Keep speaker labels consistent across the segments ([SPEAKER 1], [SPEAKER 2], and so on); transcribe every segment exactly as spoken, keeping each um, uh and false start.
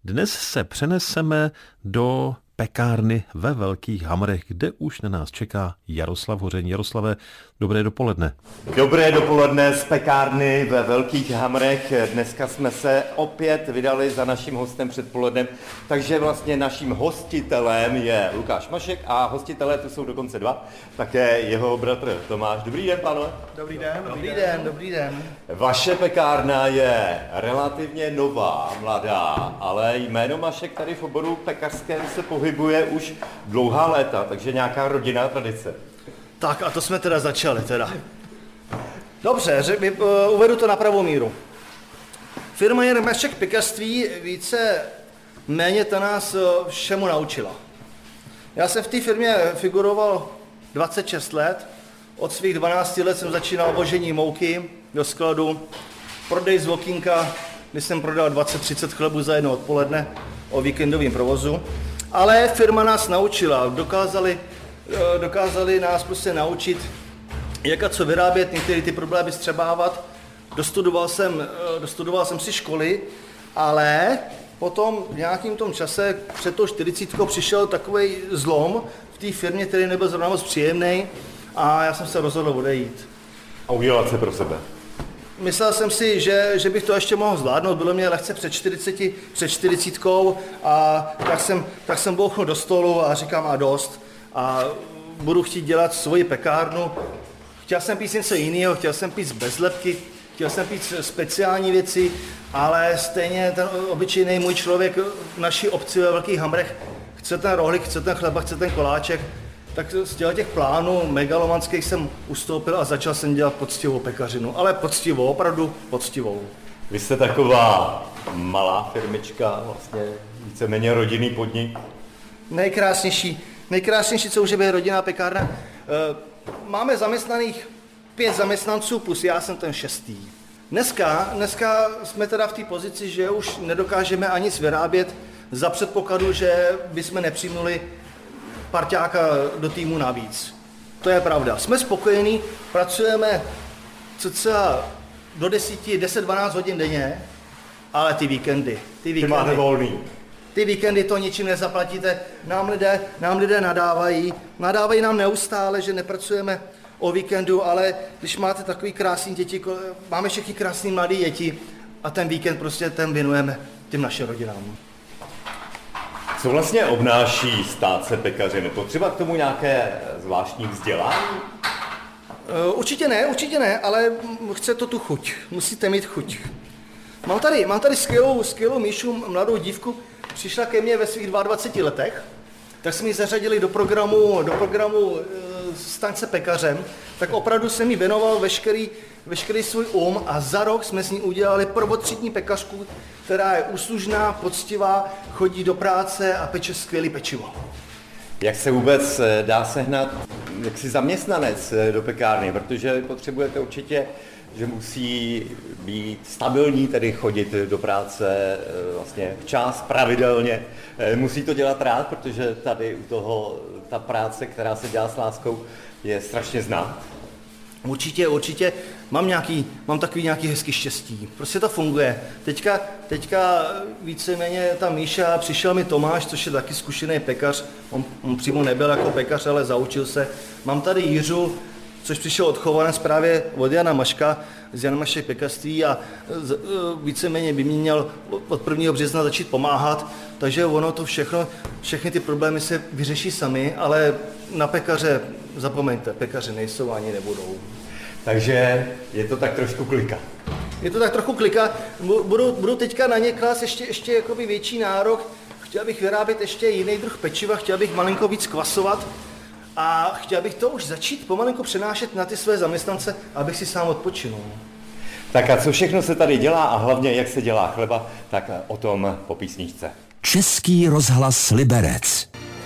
[SPEAKER 1] Dnes se přeneseme do pekárny ve Velkých Hamrech, kde už na nás čeká Jaroslav Hořeň. Jaroslave, dobré dopoledne.
[SPEAKER 2] Dobré dopoledne z pekárny ve Velkých Hamrech. Dneska jsme se opět vydali za naším hostem předpolednem, takže vlastně naším hostitelem je Lukáš Mašek a hostitelé tu jsou dokonce dva, také jeho bratr Tomáš. Dobrý den, pánové.
[SPEAKER 3] Dobrý den, dobrý den, dobrý den.
[SPEAKER 2] Vaše pekárna je relativně nová, mladá, ale jméno Mašek tady v oboru pekařském se pohybuje už dlouhá léta, takže nějaká rodinná tradice.
[SPEAKER 3] Tak a to jsme teda začali teda. Dobře, řek, uh, uvedu to na pravou míru. Firma Jan Mašek pekařství více méně ta nás uh, všemu naučila. Já jsem v té firmě figuroval dvacet šest let, od svých dvanácti let jsem začínal vožení mouky do skladu, prodej z okýnka, kdy jsem prodal dvacet třicet chlebů za jedno odpoledne o víkendovém provozu. Ale firma nás naučila, dokázali, dokázali nás prostě naučit, jak a co vyrábět, některé ty problémy střebávat. Dostudoval jsem, dostudoval jsem si školy, ale potom v nějakým tom čase před tou čtyřicítkou přišel takový zlom v té firmě, který nebyl zrovna moc příjemný a já jsem se rozhodl odejít.
[SPEAKER 2] A udělat se pro sebe.
[SPEAKER 3] Myslel jsem si, že, že bych to ještě mohl zvládnout, bylo mě lehce před čtyřiceti, před čtyřicítkou a tak jsem, tak jsem bouchnul do stolu a říkám a dost a budu chtít dělat svoji pekárnu. Chtěl jsem pít něco jiného, chtěl jsem pít bez lepky, chtěl jsem pít speciální věci, ale stejně ten obyčejný můj člověk v naší obci ve Velkých Hamrech chce ten rohlík, chce ten chleba, chce ten koláček. Tak z těch plánů megalomanských jsem ustoupil a začal jsem dělat poctivou pekařinu, ale poctivou, opravdu poctivou.
[SPEAKER 2] Vy jste taková malá firmička, vlastně víceméně rodinný podnik.
[SPEAKER 3] Nejkrásnější, nejkrásnější, co může být rodinná pekárna. Máme zaměstnaných pět zaměstnanců, plus já jsem ten šestý. Dneska, dneska jsme teda v té pozici, že už nedokážeme ani nic vyrábět za předpokladu, že bychom nepřijmuli parťáka do týmu navíc. To je pravda. Jsme spokojení, pracujeme cca do deseti, deset dvanáct hodin denně, ale ty víkendy, ty víkendy,
[SPEAKER 2] ty máte volný.
[SPEAKER 3] Ty víkendy to ničím nezaplatíte. Nám lidé, nám lidé nadávají, nadávají nám neustále, že nepracujeme o víkendu, ale když máte takový krásný děti, máme všichni krásný mladý děti a ten víkend prostě ten věnujeme těm našim rodinám.
[SPEAKER 2] Co vlastně obnáší stát se pekařem? Potřeba k tomu nějaké zvláštní vzdělání?
[SPEAKER 3] Určitě ne, určitě ne, ale chce to tu chuť. Musíte mít chuť. Mám tady, mám tady skvělou, skvělou Míšu, mladou dívku, přišla ke mně ve svých dvaceti dvou letech, tak jsme ji zařadili do programu, do programu Staň se pekařem, tak opravdu jsem jí věnoval veškerý, veškerý svůj um a za rok jsme s ní udělali prvotřídní pekařku, která je úslužná, poctivá, chodí do práce a peče skvělý pečivo.
[SPEAKER 2] Jak se vůbec dá sehnat jaksi zaměstnanec do pekárny, protože potřebujete určitě, že musí být stabilní, tedy chodit do práce vlastně včas, pravidelně. Musí to dělat rád, protože tady u toho ta práce, která se dělá s láskou, je strašně znát.
[SPEAKER 3] Určitě, určitě. Mám, nějaký, mám takový nějaký hezký štěstí. Prostě to funguje. Teďka, teďka víceméně ta Míša, přišel mi Tomáš, což je taky zkušený pekař. On, on přímo nebyl jako pekař, ale zaučil se. Mám tady Jiřu, což přišel od Chovanec právě od Jana Maška, z Jana Mašek pekařství a víceméně by měl od prvního března začít pomáhat. Takže ono to všechno, všechny ty problémy se vyřeší sami, ale na pekaře zapomeňte, pekaři nejsou ani nebudou.
[SPEAKER 2] Takže je to tak trošku klika.
[SPEAKER 3] Je to tak trochu klika. Budu, budu teďka na ně klást ještě, ještě jakoby větší nárok. Chtěl bych vyrábět ještě jiný druh pečiva, chtěl bych malinko víc kvasovat a chtěl bych to už začít pomalinko přenášet na ty své zaměstnance, abych si sám odpočinul.
[SPEAKER 2] Tak a co všechno se tady dělá a hlavně jak se dělá chleba, tak o tom po písničce.
[SPEAKER 4] Český rozhlas Liberec.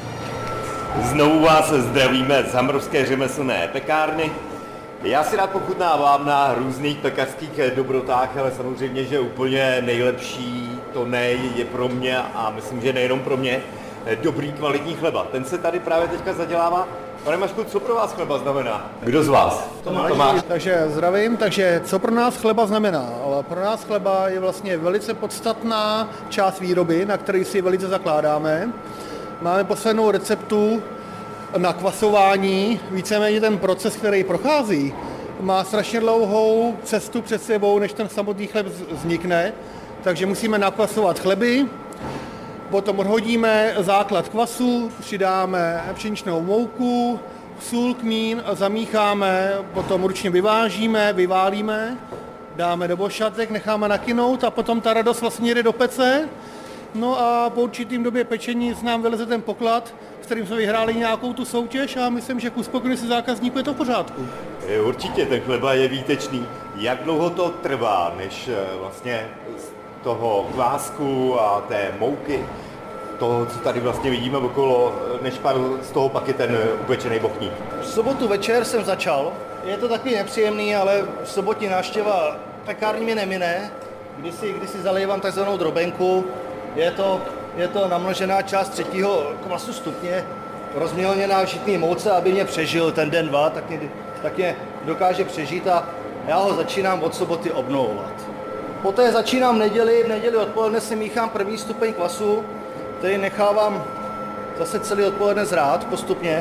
[SPEAKER 2] Znovu vás zdravíme z hamrovské řemeslné pekárny. Já si rád pochutnávám na různých pekařských dobrotách, ale samozřejmě, že úplně nejlepší to nej je pro mě a myslím, že nejenom pro mě, dobrý kvalitní chleba. Ten se tady právě teďka zadělává. Pane Mašku, co pro vás chleba znamená? Kdo z vás?
[SPEAKER 5] Tomáš. Tomáš. Takže zdravím, takže co pro nás chleba znamená? chleba. Pro nás chleba je vlastně velice podstatná část výroby, na který si velice zakládáme. Máme poslednou receptu na kvasování, víceméně ten proces, který prochází, má strašně dlouhou cestu před sebou, než ten samotný chléb vznikne, takže musíme nakvasovat chleby, potom odhodíme základ kvasu, přidáme pšeničnou mouku, sůl, kmín, zamícháme, potom ručně vyvážíme, vyválíme, dáme do bošatek, necháme nakynout a potom ta radost vlastně jde do pece. No a po určitým době pečení z nám vyleze ten poklad, s kterým jsme vyhráli nějakou tu soutěž a myslím, že k uspokojenosti zákazníků je to v pořádku.
[SPEAKER 2] Určitě, ten chleba je výtečný. Jak dlouho to trvá, než vlastně z toho kvásku a té mouky, toho, co tady vlastně vidíme okolo, než padl z toho pak je ten upečený bochník?
[SPEAKER 3] V sobotu večer jsem začal. Je to takový nepříjemný, ale sobotní návštěva pekárny mě nemine. Když si, když si zalévám takzvanou drobenku, je to, je to namnožená část třetího kvasu stupně, rozmělněná v žitný mouce, aby mě přežil ten den, dva, tak mě, tak mě dokáže přežít a já ho začínám od soboty obnovovat. Poté začínám v neděli, v neděli odpoledne si míchám první stupeň kvasu, který nechávám zase celý odpoledne zrát postupně.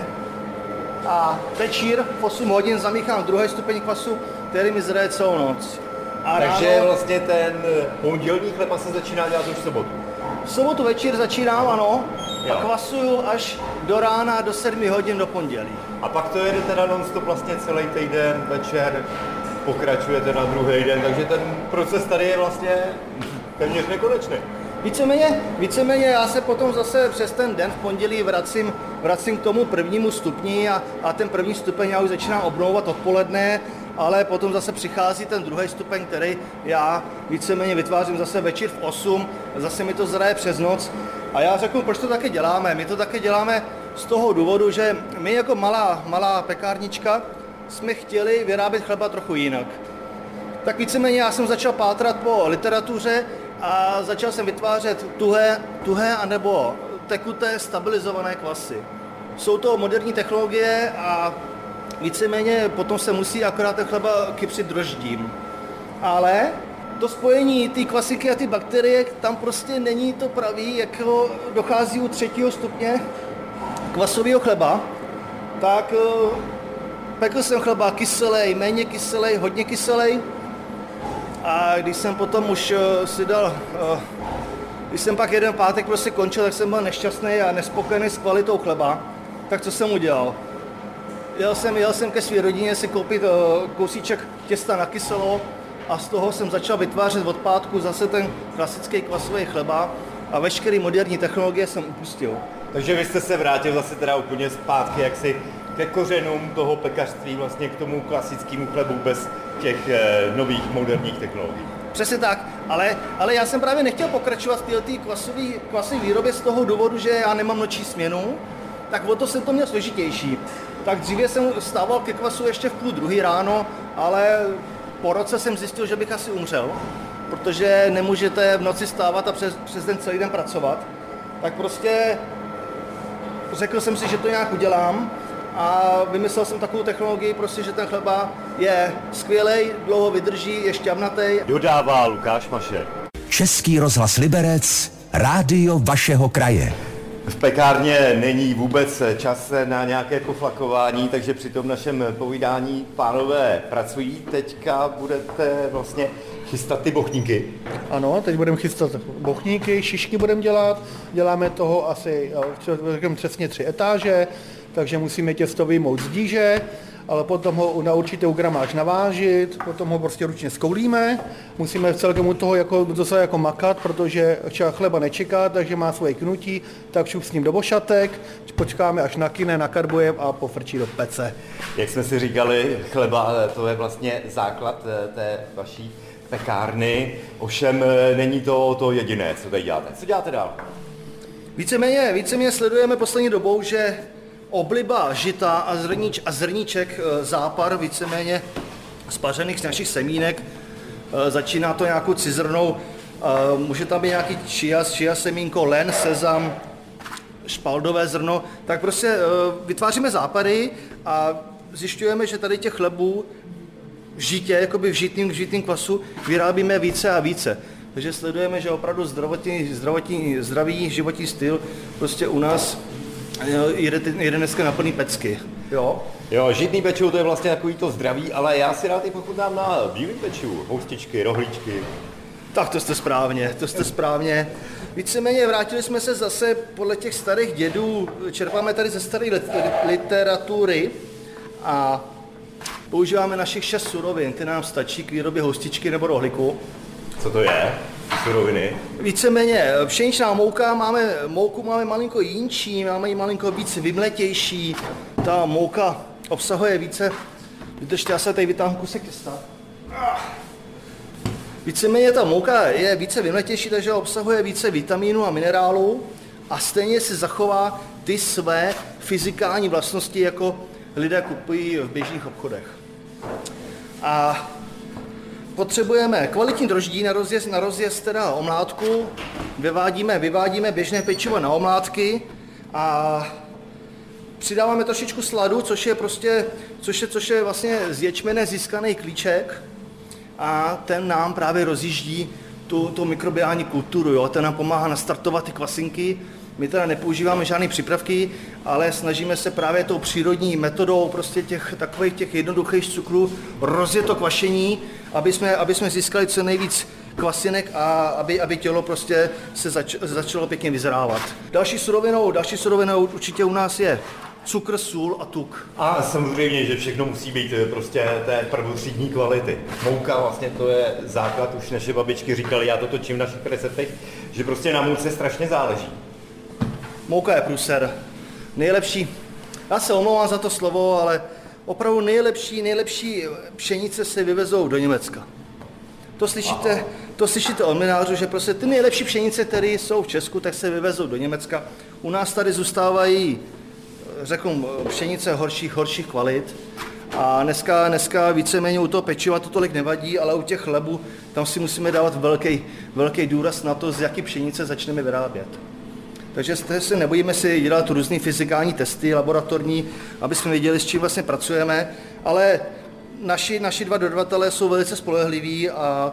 [SPEAKER 3] A večír v osm hodin zamíchám druhý stupeň kvasu, který mi zraje celou noc.
[SPEAKER 2] A takže ráno, vlastně ten pondělní chleba se začíná dělat už v sobotu?
[SPEAKER 3] V sobotu večír začínám, ano, jo. A kvasuju až do rána, do sedmi hodin do pondělí.
[SPEAKER 2] A pak to jede teda non-stop vlastně celý týden, večer, pokračujete na druhý den, takže ten proces tady je vlastně téměř nekonečný.
[SPEAKER 3] Víceméně, víceméně já se potom zase přes ten den v pondělí vracím, vracím k tomu prvnímu stupni a, a ten první stupeň já už začínám obnovovat odpoledne, ale potom zase přichází ten druhý stupeň, který já víceméně vytvářím zase večer v osm, zase mi to zraje přes noc. A já řeknu, proč to také děláme. My to také děláme z toho důvodu, že my jako malá, malá pekárnička jsme chtěli vyrábět chleba trochu jinak. Tak víceméně já jsem začal pátrat po literatuře a začal jsem vytvářet tuhé, tuhé anebo tekuté stabilizované kvasy. Jsou to moderní technologie a víceméně potom se musí akorát ten chleba kypřit droždím. Ale to spojení té klasiky a ty bakterie, tam prostě není to pravý, jak dochází u třetího stupně kvasového chleba, tak pekl jsem chleba kyselej, méně kyselej, hodně kyselej. A když jsem potom už si dal, když jsem pak jeden pátek prostě končil, tak jsem byl nešťastný a nespokojený s kvalitou chleba, tak co jsem udělal? Jel jsem, jel jsem ke své rodině si koupit kousíček těsta na kyselo a z toho jsem začal vytvářet od pátku zase ten klasický kvasový chleba a veškeré moderní technologie jsem upustil.
[SPEAKER 2] Takže vy jste se vrátil zase teda úplně zpátky, jak si ke kořenům toho pekařství, vlastně k tomu klasickému chlebu bez těch e, nových moderních technologií.
[SPEAKER 3] Přesně tak, ale, ale já jsem právě nechtěl pokračovat v této kvasové výrobě z toho důvodu, že já nemám noční směnu, tak o to jsem to měl složitější. Tak dříve jsem stával ke kvasu ještě v půl druhý ráno, ale po roce jsem zjistil, že bych asi umřel, protože nemůžete v noci stávat a přes, přes den celý den pracovat. Tak prostě řekl jsem si, že to nějak udělám a vymyslel jsem takovou technologii, prostě, že ten chleba je skvělej, dlouho vydrží, je šťavnatý.
[SPEAKER 2] Dodává Lukáš Mašek.
[SPEAKER 4] Český rozhlas Liberec, rádio vašeho kraje.
[SPEAKER 2] V pekárně není vůbec čas na nějaké poflakování, takže při tom našem povídání pánové pracují. Teďka budete vlastně chystat ty bochníky.
[SPEAKER 5] Ano, teď budeme chystat bochníky, šišky budeme dělat. Děláme toho asi přesně tři etáže, takže musíme těsto vyjmout z díže, ale potom ho na určitou gramáž navážit, potom ho prostě ručně zkoulíme. Musíme celkem u toho jako, zase jako makat, protože chleba nečeká, takže má svoje knutí, tak šup s ním do bošatek, počkáme až nakyne, nakarbujeme a pofrčí do pece.
[SPEAKER 2] Jak jsme si říkali, chleba to je vlastně základ té vaší pekárny, ovšem není to to jediné, co tady děláte. Co děláte dál?
[SPEAKER 3] Víceméně, víceméně sledujeme poslední dobou, že obliba žita a, zrníč, a zrníček zápar víceméně spařených z našich semínek, začíná to nějakou cizrnou, může tam být nějaký chia, chia semínko, len, sezam, špaldové zrno, tak prostě vytváříme zápary a zjišťujeme, že tady těch chlebů žitě, jakoby v žitným, v žitným kvasu vyrábíme více a více. Takže sledujeme, že opravdu zdravotní, zdravotní, zdravý životní styl prostě u nás jede, jede dneska na plný pecky. Jo?
[SPEAKER 2] Jo, žitný pečivo to je vlastně takový to zdravý, ale já si rád i pochutnám na bílým pečivu, houstičky, rohlíčky.
[SPEAKER 3] Tak to jste správně, to jste správně. Víceméně vrátili jsme se zase podle těch starých dědů, čerpáme tady ze staré literatury a používáme našich šest surovin, které nám stačí k výrobě houstičky nebo rohlíku.
[SPEAKER 2] Co to je? Suroviny?
[SPEAKER 3] Víceméně pšeničná mouka, máme mouku máme malinko jinčí, máme ji malinko víc vymletější. Ta mouka obsahuje více, vydržte, já se tady vytáhnu kusek těsta. Víceméně ta mouka je více vymletější, takže obsahuje více vitamínů a minerálů a stejně si zachová ty své fyzikální vlastnosti, jako lidé kupují v běžných obchodech. A potřebujeme kvalitní droždí na rozjezd, na rozjezd teda omlátku, vyvádíme, vyvádíme běžné pečivo na omlátky a přidáváme trošičku sladu, což je prostě, což je, což je vlastně z ječmene získaný klíček a ten nám právě rozjíždí tu, tu mikrobiální kulturu, jo? Ten nám pomáhá nastartovat ty kvasinky. My teda nepoužíváme žádné přípravky, ale snažíme se právě tou přírodní metodou prostě těch takových těch jednoduchých cukrů rozjet to kvašení, aby jsme, aby jsme získali co nejvíc kvasinek a aby, aby tělo prostě se zač, začalo pěkně vyzrávat. Další surovinou, další surovinou určitě u nás je cukr, sůl a tuk.
[SPEAKER 2] A samozřejmě, že všechno musí být prostě té prvotřídní kvality. Mouka vlastně to je základ, už naše babičky říkali, já to točím v našich receptech, že prostě na mouce strašně záleží.
[SPEAKER 3] Mouka je průser. Nejlepší, já se omlouvám za to slovo, ale opravdu nejlepší, nejlepší pšenice se vyvezou do Německa. To slyšíte, to slyšíte od minářů, že prostě ty nejlepší pšenice, které jsou v Česku, tak se vyvezou do Německa. U nás tady zůstávají, řeknu, pšenice horších, horších kvalit. A dneska, dneska víceméně u toho pečiva to tolik nevadí, ale u těch chlebů tam si musíme dávat velký, velký důraz na to, z jaký pšenice začneme vyrábět. Takže se nebojíme si dělat různé fyzikální testy, laboratorní, aby jsme věděli, s čím vlastně pracujeme, ale naši, naši dva dodavatelé jsou velice spolehliví a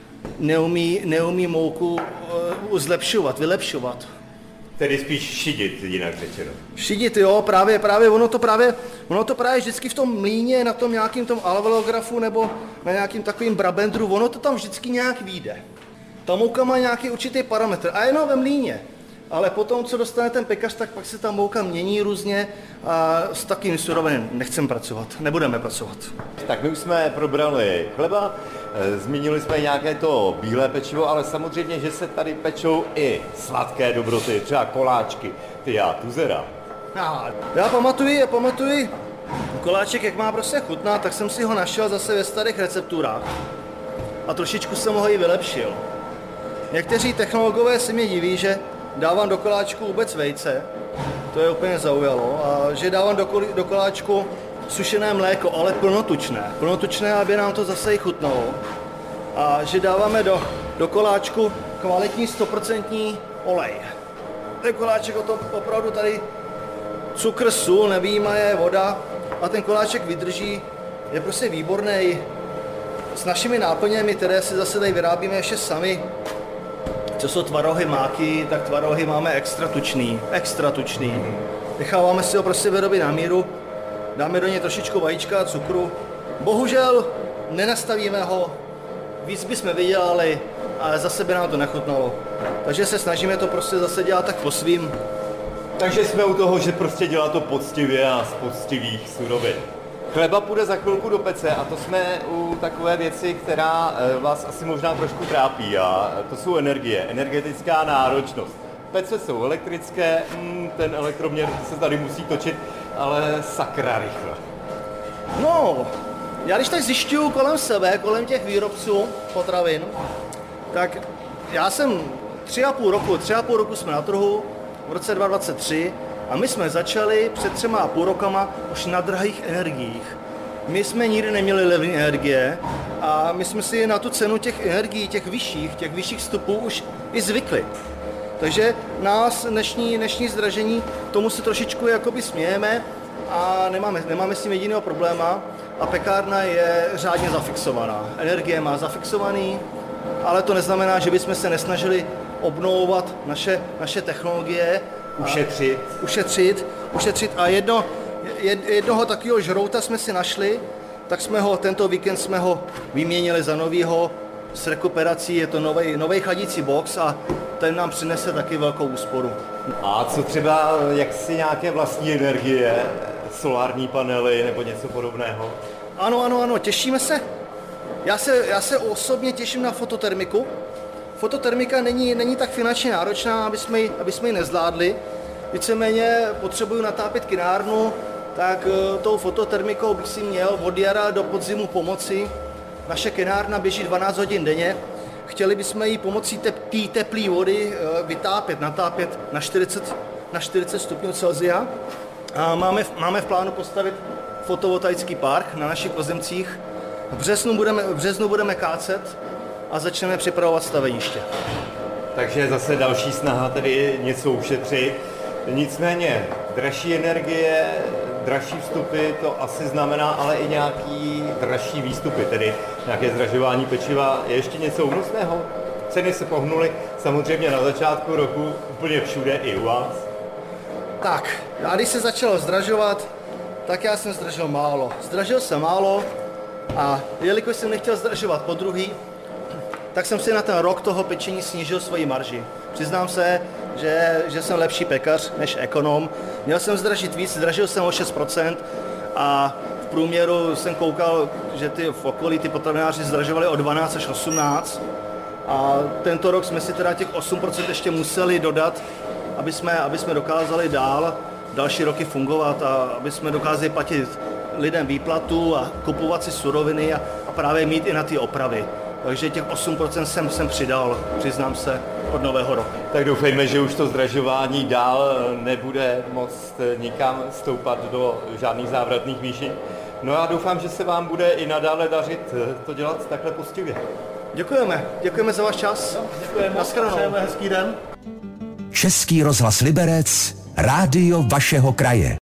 [SPEAKER 3] neumí, neumí mouku uh, zlepšovat, vylepšovat.
[SPEAKER 2] Tedy spíš šidit, jinak řečeno.
[SPEAKER 3] Šidit, jo, právě, právě, ono to právě, ono to právě vždycky v tom mlýně, na tom nějakým tom alveolografu nebo na nějakým takovým brabendru, ono to tam vždycky nějak vyjde. Ta mouka má nějaký určitý parametr a jenom ve mlýně. Ale potom, co dostane ten pekař, tak pak se ta mouka mění různě a s takým surovinou nechceme pracovat, nebudeme pracovat.
[SPEAKER 2] Tak my už jsme probrali chleba, zmínili jsme nějaké to bílé pečivo, ale samozřejmě, že se tady pečou i sladké dobroty, třeba koláčky, ty já, tuzera.
[SPEAKER 3] Já, já pamatuji, já pamatuji, koláček, jak má prostě chutná, tak jsem si ho našel zase ve starých recepturách a trošičku jsem ho i vylepšil. Někteří technologové se mě diví, že dávám do koláčku vůbec vejce, to je úplně zaujalo, a že dávám do, kol- do koláčku sušené mléko, ale plnotučné, plnotučné, aby nám to zase i chutnalo. A že dáváme do, do koláčku kvalitní sto procent olej. Ten koláček o tom opravdu tady cukr, sůl, nevyjímaje, voda a ten koláček vydrží, je prostě výborný. S našimi náplněmi, které si zase tady vyrábíme ještě sami, co jsou tvarohy máky, tak tvarohy máme extra tučný, extra tučný. Necháváme si ho prostě vyrobit na míru, dáme do něj trošičku vajíčka a cukru. Bohužel nenastavíme ho, víc bychom vydělali, ale zase by nám to nechutnalo. Takže se snažíme to prostě zase dělat tak po svým.
[SPEAKER 2] Takže jsme u toho, že prostě dělá to poctivě a z poctivých surovin. Chleba půjde za chvilku do pece a to jsme u takové věci, která vás asi možná trošku trápí a to jsou energie, energetická náročnost. Pece jsou elektrické, ten elektroměr se tady musí točit, ale sakra rychle.
[SPEAKER 3] No, já když tak zjišťuju kolem sebe, kolem těch výrobců potravin, tak já jsem tři a půl roku, tři a půl roku jsme na trhu v roce dva tisíce dvacet tři a my jsme začali před třema a půl rokama už na drahých energiích. My jsme nikdy neměli levné energie a my jsme si na tu cenu těch energií, těch vyšších, těch vyšších vstupů už i zvykli. Takže nás dnešní, dnešní zdražení tomu se trošičku jakoby smějeme a nemáme, nemáme s tím jediného probléma. a pekárna je řádně zafixovaná. Energie má zafixovaný, ale to neznamená, že bychom se nesnažili obnovovat naše, naše technologie.
[SPEAKER 2] Ušetřit.
[SPEAKER 3] Ušetřit, ušetřit. A jedno, jed, jednoho takového žrouta jsme si našli, tak jsme ho, tento víkend jsme ho vyměnili za novýho s rekuperací. Je to nový chladící box a ten nám přinese taky velkou úsporu.
[SPEAKER 2] A co třeba, jak si nějaké vlastní energie, solární panely nebo něco podobného?
[SPEAKER 3] Ano, ano, ano, těšíme se. Já se, já se osobně těším na fototermiku. Fototermika není, není tak finančně náročná, aby jsme ji, aby jsme ji nezvládli. Víceméně potřebuju natápět kinárnu, tak tou fototermikou bych si měl od jara do podzimu pomoci. Naše kinárna běží dvanáct hodin denně. Chtěli bychom ji pomocí té tep, teplé vody vytápět, natápět na čtyřicet, na čtyřicet stupňů Celsia. A máme, máme v plánu postavit fotovoltaický park na našich pozemcích. V březnu budeme, v březnu budeme kácet a začneme připravovat staveniště.
[SPEAKER 2] Takže zase další snaha tedy něco ušetřit. Nicméně dražší energie, dražší vstupy, to asi znamená ale i nějaký dražší výstupy, tedy nějaké zdražování pečiva. Je ještě něco únosného? Ceny se pohnuly samozřejmě na začátku roku úplně všude i u vás.
[SPEAKER 3] Tak, a když se začalo zdražovat, tak já jsem zdražil málo. Zdražil jsem málo a jelikož jsem nechtěl zdražovat po druhý, tak jsem si na ten rok toho pečení snížil svoji marži. Přiznám se, že, že jsem lepší pekař než ekonom. Měl jsem zdražit víc, zdražil jsem o šest procent a v průměru jsem koukal, že ty v okolí ty potravináři zdražovali o dvanáct až osmnáct. A tento rok jsme si teda těch osm procent ještě museli dodat, aby jsme, aby jsme dokázali dál další roky fungovat a aby jsme dokázali platit lidem výplatu a kupovat si suroviny a, a právě mít i na ty opravy. Takže těch osm procent jsem, jsem přidal, přiznám se, od nového roku.
[SPEAKER 2] Tak doufejme, že už to zdražování dál nebude moct nikam stoupat do žádných závratných výšin. No a doufám, že se vám bude i nadále dařit to dělat takhle poctivě.
[SPEAKER 3] Děkujeme, děkujeme za váš čas.
[SPEAKER 5] No, děkujeme,
[SPEAKER 3] naschledanou.
[SPEAKER 5] hezký den.
[SPEAKER 4] Český rozhlas Liberec, rádio vašeho kraje.